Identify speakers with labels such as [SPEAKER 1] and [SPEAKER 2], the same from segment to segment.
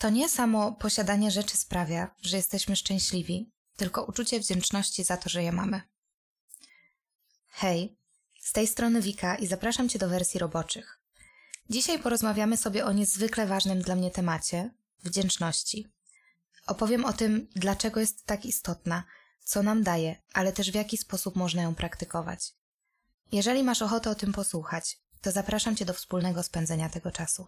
[SPEAKER 1] To nie samo posiadanie rzeczy sprawia, że jesteśmy szczęśliwi, tylko uczucie wdzięczności za to, że je mamy. Hej, z tej strony Wika i zapraszam Cię do wersji roboczych. Dzisiaj porozmawiamy sobie o niezwykle ważnym dla mnie temacie – wdzięczności. Opowiem o tym, dlaczego jest tak istotna, co nam daje, ale też w jaki sposób można ją praktykować. Jeżeli masz ochotę o tym posłuchać, to zapraszam Cię do wspólnego spędzenia tego czasu.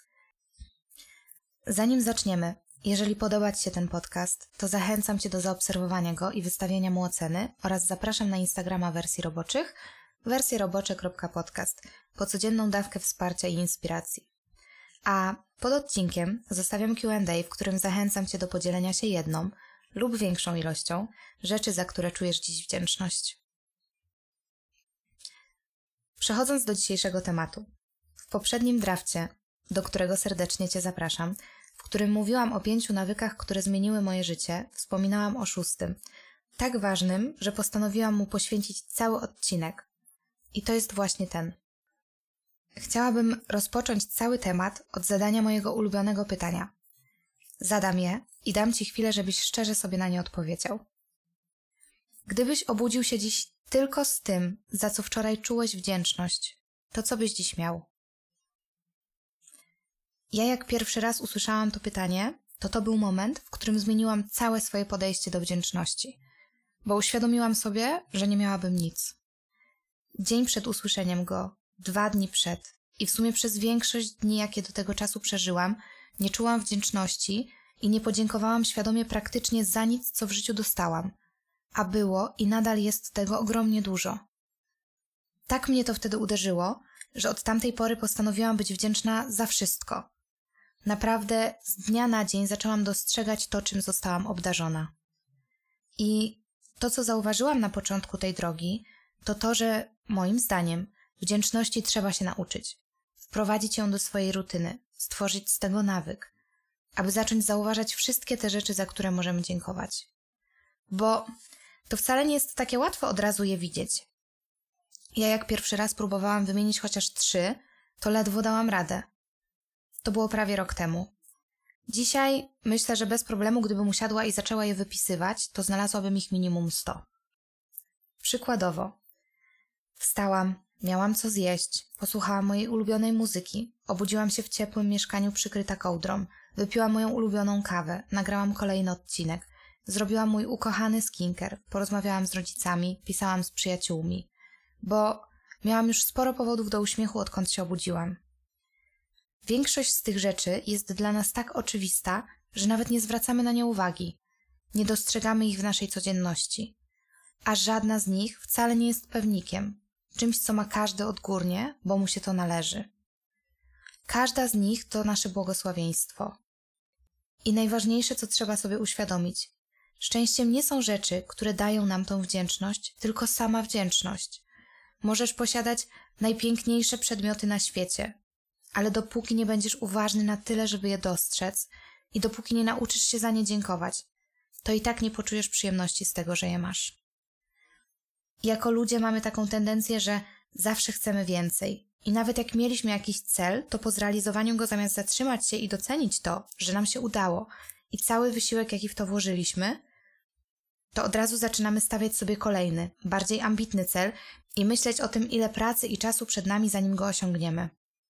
[SPEAKER 1] Zanim zaczniemy, jeżeli podoba Ci się ten podcast, to zachęcam Cię do zaobserwowania go i wystawienia mu oceny oraz zapraszam na Instagrama wersji roboczych, wersjerobocze.podcast po codzienną dawkę wsparcia i inspiracji. A pod odcinkiem zostawiam Q&A, w którym zachęcam Cię do podzielenia się jedną lub większą ilością rzeczy, za które czujesz dziś wdzięczność. Przechodząc do dzisiejszego tematu. W poprzednim drafcie, do którego serdecznie Cię zapraszam, w którym mówiłam o 5 nawykach, które zmieniły moje życie, wspominałam o 6. Tak ważnym, że postanowiłam mu poświęcić cały odcinek. I to jest właśnie ten. Chciałabym rozpocząć cały temat od zadania mojego ulubionego pytania. Zadam je i dam Ci chwilę, żebyś szczerze sobie na nie odpowiedział. Gdybyś obudził się dziś tylko z tym, za co wczoraj czułeś wdzięczność, to co byś dziś miał? Ja jak pierwszy raz usłyszałam to pytanie, to był moment, w którym zmieniłam całe swoje podejście do wdzięczności, bo uświadomiłam sobie, że nie miałabym nic. Dzień przed usłyszeniem go, 2 dni przed i w sumie przez większość dni, jakie do tego czasu przeżyłam, nie czułam wdzięczności i nie podziękowałam świadomie praktycznie za nic, co w życiu dostałam, a było i nadal jest tego ogromnie dużo. Tak mnie to wtedy uderzyło, że od tamtej pory postanowiłam być wdzięczna za wszystko. Naprawdę z dnia na dzień zaczęłam dostrzegać to, czym zostałam obdarzona. I to, co zauważyłam na początku tej drogi, to to, że moim zdaniem wdzięczności trzeba się nauczyć. Wprowadzić ją do swojej rutyny, stworzyć z tego nawyk, aby zacząć zauważać wszystkie te rzeczy, za które możemy dziękować. Bo to wcale nie jest takie łatwo od razu je widzieć. Ja jak pierwszy raz próbowałam wymienić chociaż 3, to ledwo dałam radę. To było prawie rok temu. Dzisiaj myślę, że bez problemu, gdybym usiadła i zaczęła je wypisywać, to znalazłabym ich minimum 100. Przykładowo. Wstałam, miałam co zjeść, posłuchałam mojej ulubionej muzyki, obudziłam się w ciepłym mieszkaniu przykryta kołdrą, wypiłam moją ulubioną kawę, nagrałam kolejny odcinek, zrobiłam mój ukochany skincare, porozmawiałam z rodzicami, pisałam z przyjaciółmi, bo miałam już sporo powodów do uśmiechu, odkąd się obudziłam. Większość z tych rzeczy jest dla nas tak oczywista, że nawet nie zwracamy na nie uwagi, nie dostrzegamy ich w naszej codzienności, a żadna z nich wcale nie jest pewnikiem, czymś, co ma każdy odgórnie, bo mu się to należy. Każda z nich to nasze błogosławieństwo. I najważniejsze, co trzeba sobie uświadomić, szczęściem nie są rzeczy, które dają nam tą wdzięczność, tylko sama wdzięczność. Możesz posiadać najpiękniejsze przedmioty na świecie, ale dopóki nie będziesz uważny na tyle, żeby je dostrzec i dopóki nie nauczysz się za nie dziękować, to i tak nie poczujesz przyjemności z tego, że je masz. Jako ludzie mamy taką tendencję, że zawsze chcemy więcej i nawet jak mieliśmy jakiś cel, to po zrealizowaniu go zamiast zatrzymać się i docenić to, że nam się udało i cały wysiłek, jaki w to włożyliśmy, to od razu zaczynamy stawiać sobie kolejny, bardziej ambitny cel i myśleć o tym, ile pracy i czasu przed nami, zanim go osiągniemy.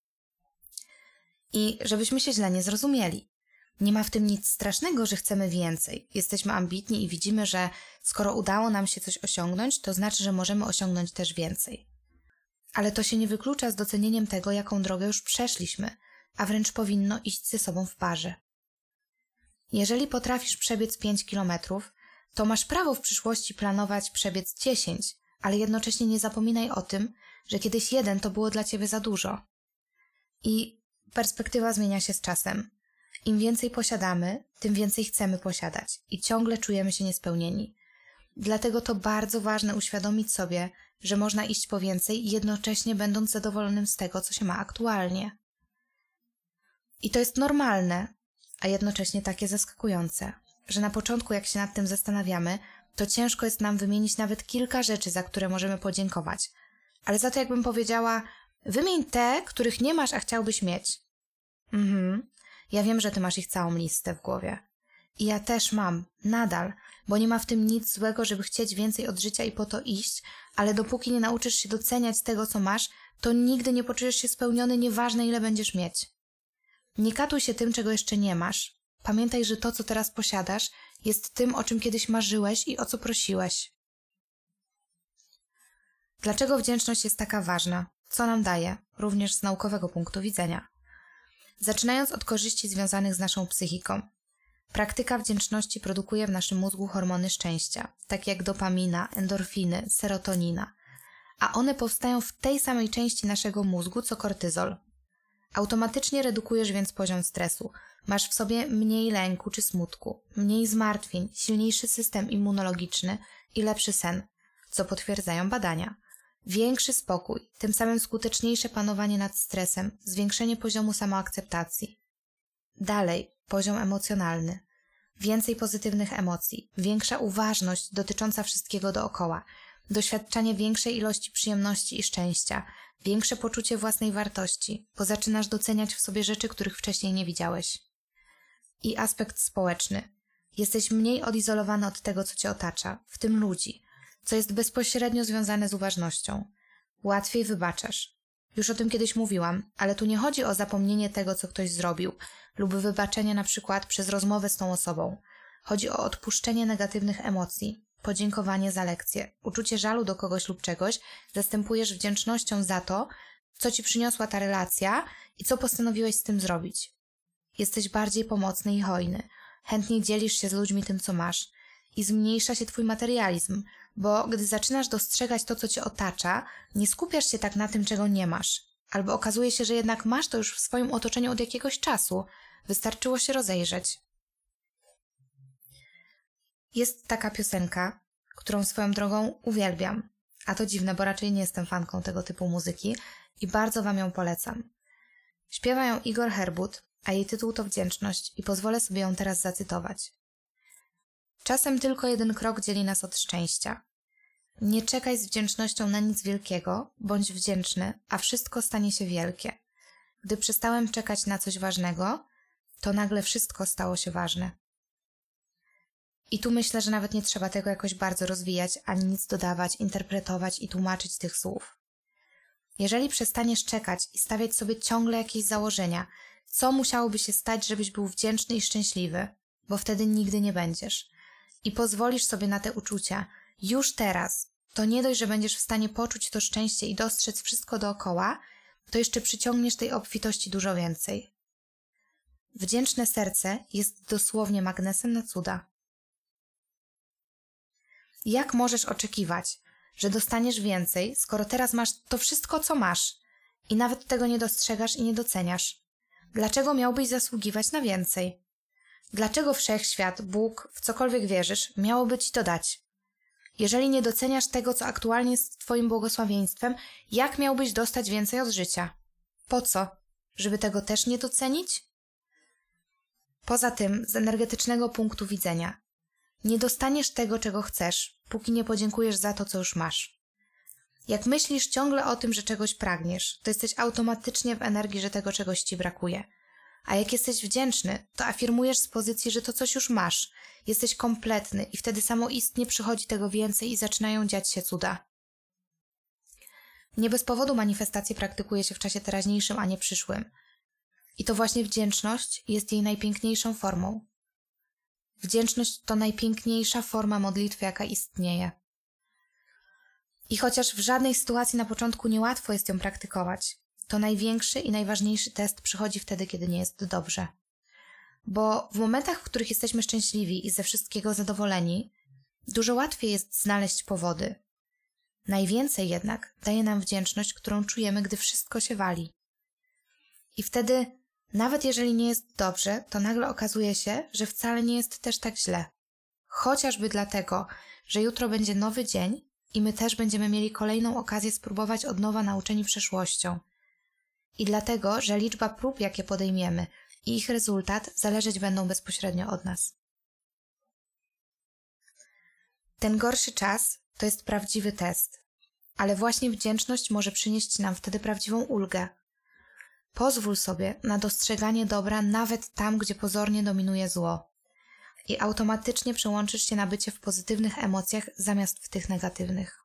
[SPEAKER 1] I żebyśmy się źle nie zrozumieli. Nie ma w tym nic strasznego, że chcemy więcej. Jesteśmy ambitni i widzimy, że skoro udało nam się coś osiągnąć, to znaczy, że możemy osiągnąć też więcej. Ale to się nie wyklucza z docenieniem tego, jaką drogę już przeszliśmy, a wręcz powinno iść ze sobą w parze. Jeżeli potrafisz przebiec 5 kilometrów, to masz prawo w przyszłości planować przebiec 10, ale jednocześnie nie zapominaj o tym, że kiedyś 1 to było dla ciebie za dużo. I perspektywa zmienia się z czasem. Im więcej posiadamy, tym więcej chcemy posiadać i ciągle czujemy się niespełnieni. Dlatego to bardzo ważne uświadomić sobie, że można iść po więcej, jednocześnie będąc zadowolonym z tego, co się ma aktualnie. I to jest normalne, a jednocześnie takie zaskakujące, że na początku, jak się nad tym zastanawiamy, to ciężko jest nam wymienić nawet kilka rzeczy, za które możemy podziękować. Ale za to jakbym powiedziała, wymień te, których nie masz, a chciałbyś mieć. Ja wiem, że ty masz ich całą listę w głowie. I ja też mam, nadal, bo nie ma w tym nic złego, żeby chcieć więcej od życia i po to iść, ale dopóki nie nauczysz się doceniać tego, co masz, to nigdy nie poczujesz się spełniony, nieważne ile będziesz mieć. Nie katuj się tym, czego jeszcze nie masz. Pamiętaj, że to, co teraz posiadasz, jest tym, o czym kiedyś marzyłeś i o co prosiłeś. Dlaczego wdzięczność jest taka ważna? Co nam daje? Również z naukowego punktu widzenia. Zaczynając od korzyści związanych z naszą psychiką. Praktyka wdzięczności produkuje w naszym mózgu hormony szczęścia, takie jak dopamina, endorfiny, serotonina, a one powstają w tej samej części naszego mózgu co kortyzol. Automatycznie redukujesz więc poziom stresu, masz w sobie mniej lęku czy smutku, mniej zmartwień, silniejszy system immunologiczny i lepszy sen, co potwierdzają badania. Większy spokój, tym samym skuteczniejsze panowanie nad stresem, zwiększenie poziomu samoakceptacji. Dalej, poziom emocjonalny. Więcej pozytywnych emocji, większa uważność dotycząca wszystkiego dookoła, doświadczanie większej ilości przyjemności i szczęścia, większe poczucie własnej wartości, bo zaczynasz doceniać w sobie rzeczy, których wcześniej nie widziałeś. I aspekt społeczny. Jesteś mniej odizolowany od tego, co cię otacza, w tym ludzi, co jest bezpośrednio związane z uważnością. Łatwiej wybaczasz. Już o tym kiedyś mówiłam, ale tu nie chodzi o zapomnienie tego, co ktoś zrobił, lub wybaczenie na przykład przez rozmowę z tą osobą. Chodzi o odpuszczenie negatywnych emocji, podziękowanie za lekcję, uczucie żalu do kogoś lub czegoś zastępujesz wdzięcznością za to, co ci przyniosła ta relacja i co postanowiłeś z tym zrobić. Jesteś bardziej pomocny i hojny, chętniej dzielisz się z ludźmi tym, co masz i zmniejsza się twój materializm, bo gdy zaczynasz dostrzegać to, co cię otacza, nie skupiasz się tak na tym, czego nie masz. Albo okazuje się, że jednak masz to już w swoim otoczeniu od jakiegoś czasu. Wystarczyło się rozejrzeć. Jest taka piosenka, którą swoją drogą uwielbiam. A to dziwne, bo raczej nie jestem fanką tego typu muzyki i bardzo wam ją polecam. Śpiewa ją Igor Herbut, a jej tytuł to Wdzięczność i pozwolę sobie ją teraz zacytować. Czasem tylko jeden krok dzieli nas od szczęścia. Nie czekaj z wdzięcznością na nic wielkiego, bądź wdzięczny, a wszystko stanie się wielkie. Gdy przestałem czekać na coś ważnego, to nagle wszystko stało się ważne. I tu myślę, że nawet nie trzeba tego jakoś bardzo rozwijać, ani nic dodawać, interpretować i tłumaczyć tych słów. Jeżeli przestaniesz czekać i stawiać sobie ciągle jakieś założenia, co musiałoby się stać, żebyś był wdzięczny i szczęśliwy, bo wtedy nigdy nie będziesz. I pozwolisz sobie na te uczucia już teraz, to nie dość, że będziesz w stanie poczuć to szczęście i dostrzec wszystko dookoła, to jeszcze przyciągniesz tej obfitości dużo więcej. Wdzięczne serce jest dosłownie magnesem na cuda. Jak możesz oczekiwać, że dostaniesz więcej, skoro teraz masz to wszystko, co masz i nawet tego nie dostrzegasz i nie doceniasz? Dlaczego miałbyś zasługiwać na więcej? Dlaczego wszechświat, Bóg, w cokolwiek wierzysz, miałoby ci to dać? Jeżeli nie doceniasz tego, co aktualnie jest twoim błogosławieństwem, jak miałbyś dostać więcej od życia? Po co? Żeby tego też nie docenić? Poza tym, z energetycznego punktu widzenia, nie dostaniesz tego, czego chcesz, póki nie podziękujesz za to, co już masz. Jak myślisz ciągle o tym, że czegoś pragniesz, to jesteś automatycznie w energii, że tego czegoś ci brakuje. A jak jesteś wdzięczny, to afirmujesz z pozycji, że to coś już masz. Jesteś kompletny i wtedy samoistnie przychodzi tego więcej i zaczynają dziać się cuda. Nie bez powodu manifestację praktykuje się w czasie teraźniejszym, a nie przyszłym. I to właśnie wdzięczność jest jej najpiękniejszą formą. Wdzięczność to najpiękniejsza forma modlitwy, jaka istnieje. I chociaż w żadnej sytuacji na początku niełatwo jest ją praktykować, to największy i najważniejszy test przychodzi wtedy, kiedy nie jest dobrze. Bo w momentach, w których jesteśmy szczęśliwi i ze wszystkiego zadowoleni, dużo łatwiej jest znaleźć powody. Najwięcej jednak daje nam wdzięczność, którą czujemy, gdy wszystko się wali. I wtedy, nawet jeżeli nie jest dobrze, to nagle okazuje się, że wcale nie jest też tak źle. Chociażby dlatego, że jutro będzie nowy dzień i my też będziemy mieli kolejną okazję spróbować od nowa nauczeni przeszłością. I dlatego, że liczba prób, jakie podejmiemy i ich rezultat zależeć będą bezpośrednio od nas. Ten gorszy czas to jest prawdziwy test, ale właśnie wdzięczność może przynieść nam wtedy prawdziwą ulgę. Pozwól sobie na dostrzeganie dobra nawet tam, gdzie pozornie dominuje zło. I automatycznie przełączysz się na bycie w pozytywnych emocjach zamiast w tych negatywnych.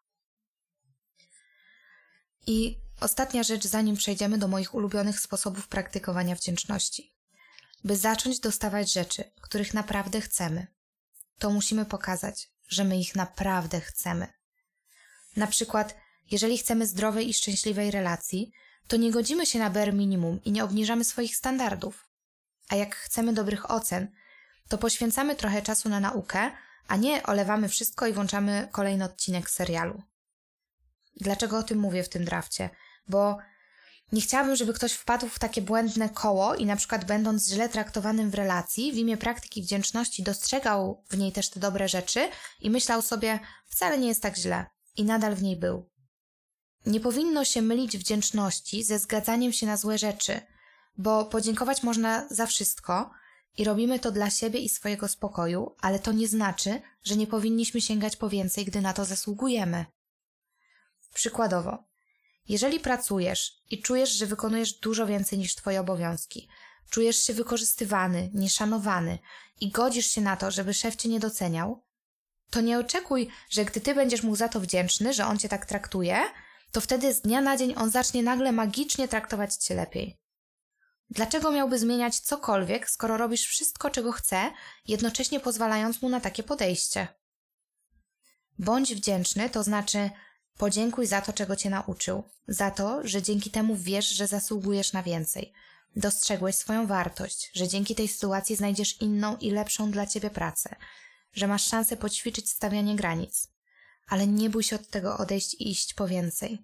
[SPEAKER 1] I ostatnia rzecz, zanim przejdziemy do moich ulubionych sposobów praktykowania wdzięczności. By zacząć dostawać rzeczy, których naprawdę chcemy, to musimy pokazać, że my ich naprawdę chcemy. Na przykład, jeżeli chcemy zdrowej i szczęśliwej relacji, to nie godzimy się na bare minimum i nie obniżamy swoich standardów. A jak chcemy dobrych ocen, to poświęcamy trochę czasu na naukę, a nie olewamy wszystko i włączamy kolejny odcinek serialu. Dlaczego o tym mówię w tym drafcie? Bo nie chciałabym, żeby ktoś wpadł w takie błędne koło i na przykład będąc źle traktowanym w relacji, w imię praktyki wdzięczności dostrzegał w niej też te dobre rzeczy i myślał sobie, wcale nie jest tak źle i nadal w niej był. Nie powinno się mylić wdzięczności ze zgadzaniem się na złe rzeczy, bo podziękować można za wszystko i robimy to dla siebie i swojego spokoju, ale to nie znaczy, że nie powinniśmy sięgać po więcej, gdy na to zasługujemy. Przykładowo, jeżeli pracujesz i czujesz, że wykonujesz dużo więcej niż twoje obowiązki, czujesz się wykorzystywany, nieszanowany i godzisz się na to, żeby szef cię nie doceniał, to nie oczekuj, że gdy ty będziesz mu za to wdzięczny, że on cię tak traktuje, to wtedy z dnia na dzień on zacznie nagle magicznie traktować cię lepiej. Dlaczego miałby zmieniać cokolwiek, skoro robisz wszystko, czego chce, jednocześnie pozwalając mu na takie podejście? Bądź wdzięczny, to znaczy podziękuj za to, czego cię nauczył, za to, że dzięki temu wiesz, że zasługujesz na więcej. Dostrzegłeś swoją wartość, że dzięki tej sytuacji znajdziesz inną i lepszą dla ciebie pracę, że masz szansę poćwiczyć stawianie granic. Ale nie bój się od tego odejść i iść po więcej.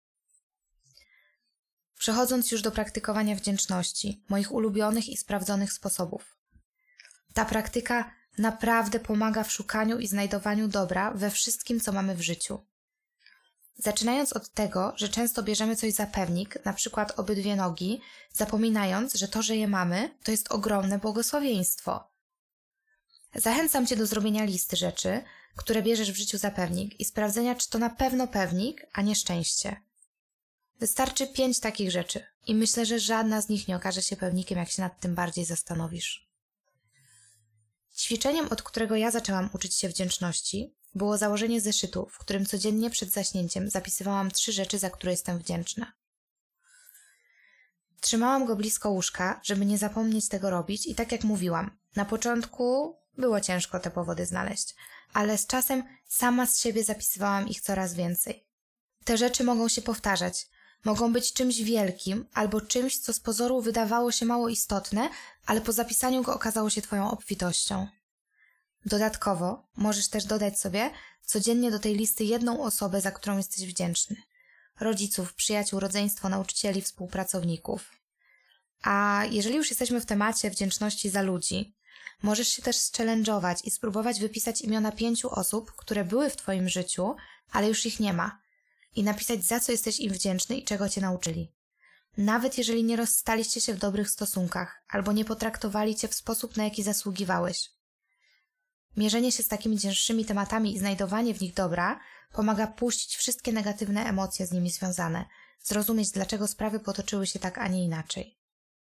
[SPEAKER 1] Przechodząc już do praktykowania wdzięczności, moich ulubionych i sprawdzonych sposobów. Ta praktyka naprawdę pomaga w szukaniu i znajdowaniu dobra we wszystkim, co mamy w życiu. Zaczynając od tego, że często bierzemy coś za pewnik, na przykład obydwie nogi, zapominając, że to, że je mamy, to jest ogromne błogosławieństwo. Zachęcam cię do zrobienia listy rzeczy, które bierzesz w życiu za pewnik i sprawdzenia, czy to na pewno pewnik, a nie szczęście. Wystarczy 5 takich rzeczy i myślę, że żadna z nich nie okaże się pewnikiem, jak się nad tym bardziej zastanowisz. Ćwiczeniem, od którego ja zaczęłam uczyć się wdzięczności, było założenie zeszytu, w którym codziennie przed zaśnięciem zapisywałam 3 rzeczy, za które jestem wdzięczna. Trzymałam go blisko łóżka, żeby nie zapomnieć tego robić i tak jak mówiłam, na początku było ciężko te powody znaleźć, ale z czasem sama z siebie zapisywałam ich coraz więcej. Te rzeczy mogą się powtarzać, mogą być czymś wielkim albo czymś, co z pozoru wydawało się mało istotne, ale po zapisaniu go okazało się twoją obfitością. Dodatkowo możesz też dodać sobie codziennie do tej listy jedną osobę, za którą jesteś wdzięczny. Rodziców, przyjaciół, rodzeństwo, nauczycieli, współpracowników. A jeżeli już jesteśmy w temacie wdzięczności za ludzi, możesz się też challenge'ować i spróbować wypisać imiona 5 osób, które były w twoim życiu, ale już ich nie ma. I napisać, za co jesteś im wdzięczny i czego cię nauczyli. Nawet jeżeli nie rozstaliście się w dobrych stosunkach, albo nie potraktowali cię w sposób, na jaki zasługiwałeś. Mierzenie się z takimi cięższymi tematami i znajdowanie w nich dobra pomaga puścić wszystkie negatywne emocje z nimi związane, zrozumieć, dlaczego sprawy potoczyły się tak, a nie inaczej.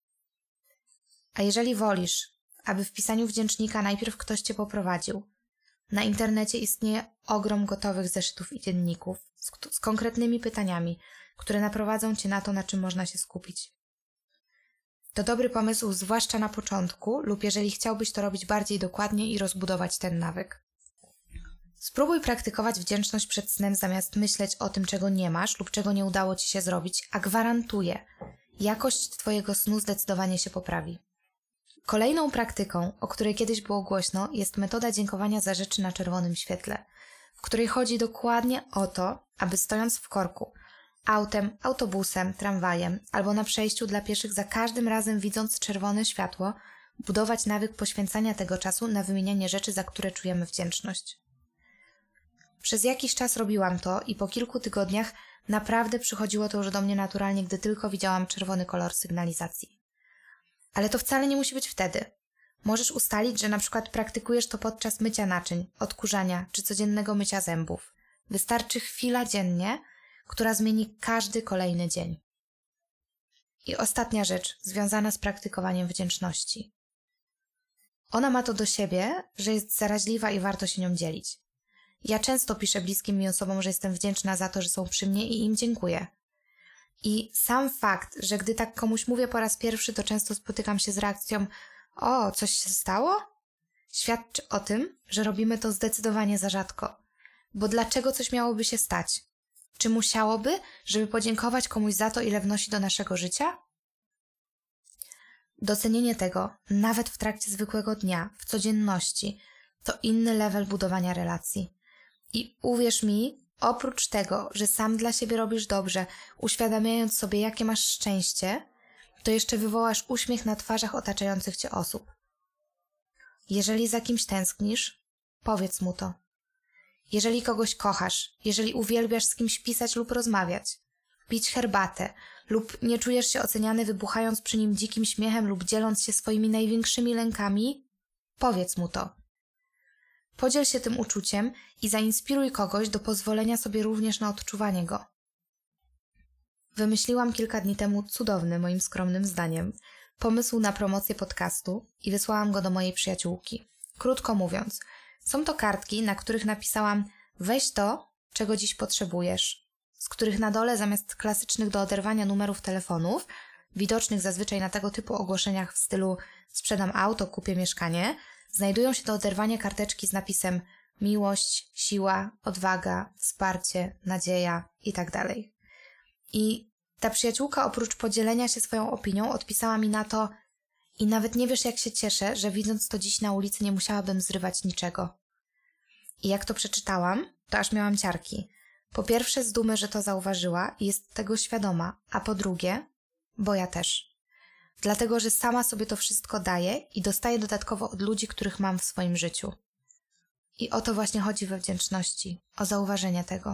[SPEAKER 1] A jeżeli wolisz, aby w pisaniu wdzięcznika najpierw ktoś cię poprowadził, na internecie istnieje ogrom gotowych zeszytów i dzienników z konkretnymi pytaniami, które naprowadzą cię na to, na czym można się skupić. To dobry pomysł, zwłaszcza na początku lub jeżeli chciałbyś to robić bardziej dokładnie i rozbudować ten nawyk. Spróbuj praktykować wdzięczność przed snem zamiast myśleć o tym, czego nie masz lub czego nie udało ci się zrobić, a gwarantuję, jakość twojego snu zdecydowanie się poprawi. Kolejną praktyką, o której kiedyś było głośno, jest metoda dziękowania za rzeczy na czerwonym świetle, w której chodzi dokładnie o to, aby stojąc w korku, autem, autobusem, tramwajem albo na przejściu dla pieszych za każdym razem widząc czerwone światło, budować nawyk poświęcania tego czasu na wymienianie rzeczy, za które czujemy wdzięczność. Przez jakiś czas robiłam to i po kilku tygodniach naprawdę przychodziło to już do mnie naturalnie, gdy tylko widziałam czerwony kolor sygnalizacji. Ale to wcale nie musi być wtedy. Możesz ustalić, że na przykład praktykujesz to podczas mycia naczyń, odkurzania czy codziennego mycia zębów. Wystarczy chwila dziennie, która zmieni każdy kolejny dzień. I ostatnia rzecz, związana z praktykowaniem wdzięczności. Ona ma to do siebie, że jest zaraźliwa i warto się nią dzielić. Ja często piszę bliskim mi osobom, że jestem wdzięczna za to, że są przy mnie i im dziękuję. I sam fakt, że gdy tak komuś mówię po raz pierwszy, to często spotykam się z reakcją: o, coś się stało? Świadczy o tym, że robimy to zdecydowanie za rzadko. Bo dlaczego coś miałoby się stać? Czy musiałoby, żeby podziękować komuś za to, ile wnosi do naszego życia? Docenienie tego, nawet w trakcie zwykłego dnia, w codzienności, to inny level budowania relacji. I uwierz mi, oprócz tego, że sam dla siebie robisz dobrze, uświadamiając sobie, jakie masz szczęście, to jeszcze wywołasz uśmiech na twarzach otaczających cię osób. Jeżeli za kimś tęsknisz, powiedz mu to. Jeżeli kogoś kochasz, jeżeli uwielbiasz z kimś pisać lub rozmawiać, pić herbatę lub nie czujesz się oceniany wybuchając przy nim dzikim śmiechem lub dzieląc się swoimi największymi lękami, powiedz mu to. Podziel się tym uczuciem i zainspiruj kogoś do pozwolenia sobie również na odczuwanie go. Wymyśliłam kilka dni temu cudowny, moim skromnym zdaniem, pomysł na promocję podcastu i wysłałam go do mojej przyjaciółki. Krótko mówiąc, są to kartki, na których napisałam: weź to, czego dziś potrzebujesz, z których na dole zamiast klasycznych do oderwania numerów telefonów, widocznych zazwyczaj na tego typu ogłoszeniach w stylu sprzedam auto, kupię mieszkanie, znajdują się do oderwania karteczki z napisem miłość, siła, odwaga, wsparcie, nadzieja itd. I ta przyjaciółka oprócz podzielenia się swoją opinią odpisała mi na to: i nawet nie wiesz, jak się cieszę, że widząc to dziś na ulicy nie musiałabym zrywać niczego. I jak to przeczytałam, to aż miałam ciarki. Po pierwsze z dumy, że to zauważyła i jest tego świadoma, a po drugie, bo ja też. Dlatego, że sama sobie to wszystko daję i dostaję dodatkowo od ludzi, których mam w swoim życiu. I o to właśnie chodzi we wdzięczności, o zauważenie tego.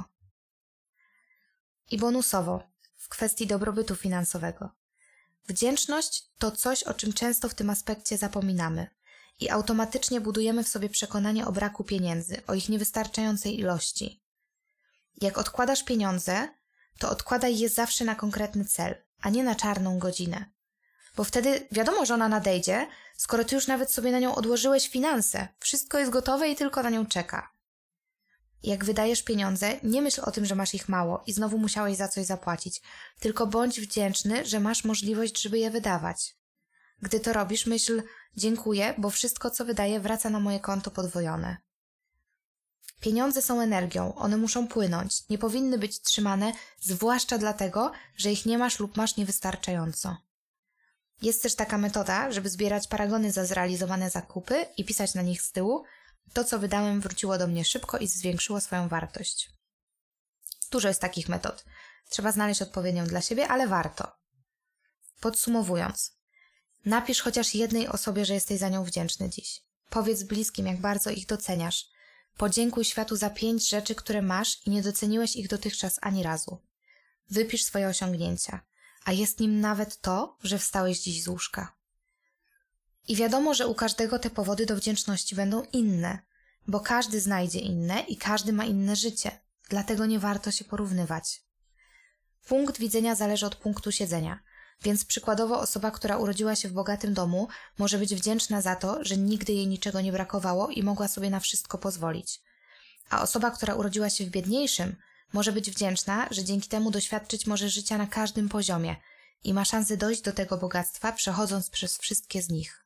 [SPEAKER 1] I bonusowo, w kwestii dobrobytu finansowego. Wdzięczność to coś, o czym często w tym aspekcie zapominamy i automatycznie budujemy w sobie przekonanie o braku pieniędzy, o ich niewystarczającej ilości. Jak odkładasz pieniądze, to odkładaj je zawsze na konkretny cel, a nie na czarną godzinę. Bo wtedy wiadomo, że ona nadejdzie, skoro ty już nawet sobie na nią odłożyłeś finanse. Wszystko jest gotowe i tylko na nią czeka. Jak wydajesz pieniądze, nie myśl o tym, że masz ich mało i znowu musiałeś za coś zapłacić, tylko bądź wdzięczny, że masz możliwość, żeby je wydawać. Gdy to robisz, myśl: dziękuję, bo wszystko, co wydaję, wraca na moje konto podwojone. Pieniądze są energią, one muszą płynąć, nie powinny być trzymane, zwłaszcza dlatego, że ich nie masz lub masz niewystarczająco. Jest też taka metoda, żeby zbierać paragony za zrealizowane zakupy i pisać na nich z tyłu: to, co wydałem, wróciło do mnie szybko i zwiększyło swoją wartość. Dużo jest takich metod. Trzeba znaleźć odpowiednią dla siebie, ale warto. Podsumowując, napisz chociaż jednej osobie, że jesteś za nią wdzięczny dziś. Powiedz bliskim, jak bardzo ich doceniasz. Podziękuj światu za 5 rzeczy, które masz i nie doceniłeś ich dotychczas ani razu. Wypisz swoje osiągnięcia, a jest nim nawet to, że wstałeś dziś z łóżka. I wiadomo, że u każdego te powody do wdzięczności będą inne, bo każdy znajdzie inne i każdy ma inne życie, dlatego nie warto się porównywać. Punkt widzenia zależy od punktu siedzenia, więc przykładowo osoba, która urodziła się w bogatym domu, może być wdzięczna za to, że nigdy jej niczego nie brakowało i mogła sobie na wszystko pozwolić. A osoba, która urodziła się w biedniejszym, może być wdzięczna, że dzięki temu doświadczyć może życia na każdym poziomie i ma szansę dojść do tego bogactwa, przechodząc przez wszystkie z nich.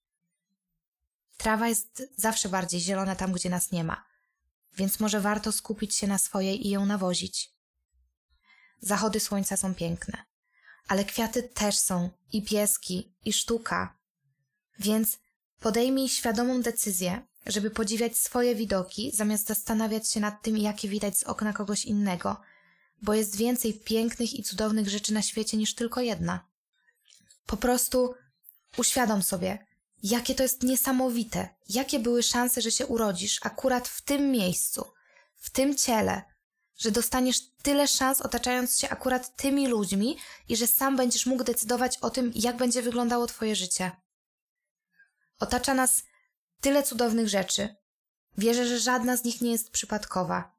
[SPEAKER 1] Trawa jest zawsze bardziej zielona tam, gdzie nas nie ma, więc może warto skupić się na swojej i ją nawozić. Zachody słońca są piękne, ale kwiaty też są, i pieski, i sztuka. Więc podejmij świadomą decyzję, żeby podziwiać swoje widoki, zamiast zastanawiać się nad tym, jakie widać z okna kogoś innego, bo jest więcej pięknych i cudownych rzeczy na świecie niż tylko jedna. Po prostu uświadom sobie, jakie to jest niesamowite, jakie były szanse, że się urodzisz akurat w tym miejscu, w tym ciele, że dostaniesz tyle szans otaczając się akurat tymi ludźmi i że sam będziesz mógł decydować o tym, jak będzie wyglądało twoje życie. Otacza nas tyle cudownych rzeczy. Wierzę, że żadna z nich nie jest przypadkowa.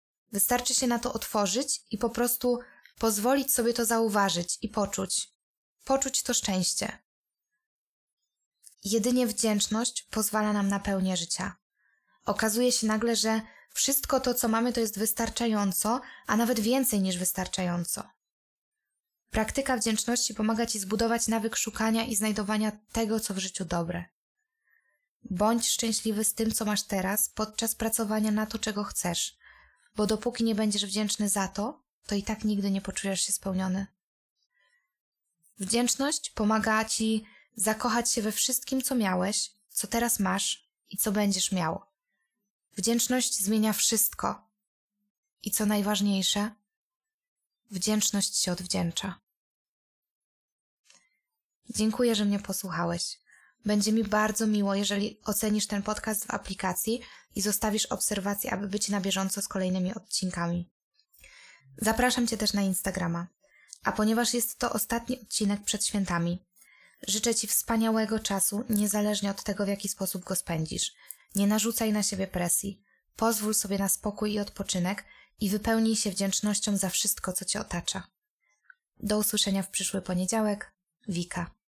[SPEAKER 1] Wystarczy się na to otworzyć i po prostu pozwolić sobie to zauważyć i poczuć. poczuć to szczęście. Jedynie wdzięczność pozwala nam na pełnię życia. Okazuje się nagle, że wszystko to, co mamy, to jest wystarczająco, a nawet więcej niż wystarczająco. Praktyka wdzięczności pomaga Ci zbudować nawyk szukania i znajdowania tego, co w życiu dobre. Bądź szczęśliwy z tym, co masz teraz, podczas pracowania na to, czego chcesz, bo dopóki nie będziesz wdzięczny za to, to i tak nigdy nie poczujesz się spełniony. Wdzięczność pomaga Ci zakochać się we wszystkim, co miałeś, co teraz masz i co będziesz miał. Wdzięczność zmienia wszystko. I co najważniejsze, wdzięczność się odwdzięcza. Dziękuję, że mnie posłuchałeś. Będzie mi bardzo miło, jeżeli ocenisz ten podcast w aplikacji i zostawisz obserwację, aby być na bieżąco z kolejnymi odcinkami. Zapraszam Cię też na Instagrama. A ponieważ jest to ostatni odcinek przed świętami, życzę Ci wspaniałego czasu, niezależnie od tego, w jaki sposób go spędzisz. Nie narzucaj na siebie presji. Pozwól sobie na spokój i odpoczynek i wypełnij się wdzięcznością za wszystko, co Cię otacza. Do usłyszenia w przyszły poniedziałek. Wika.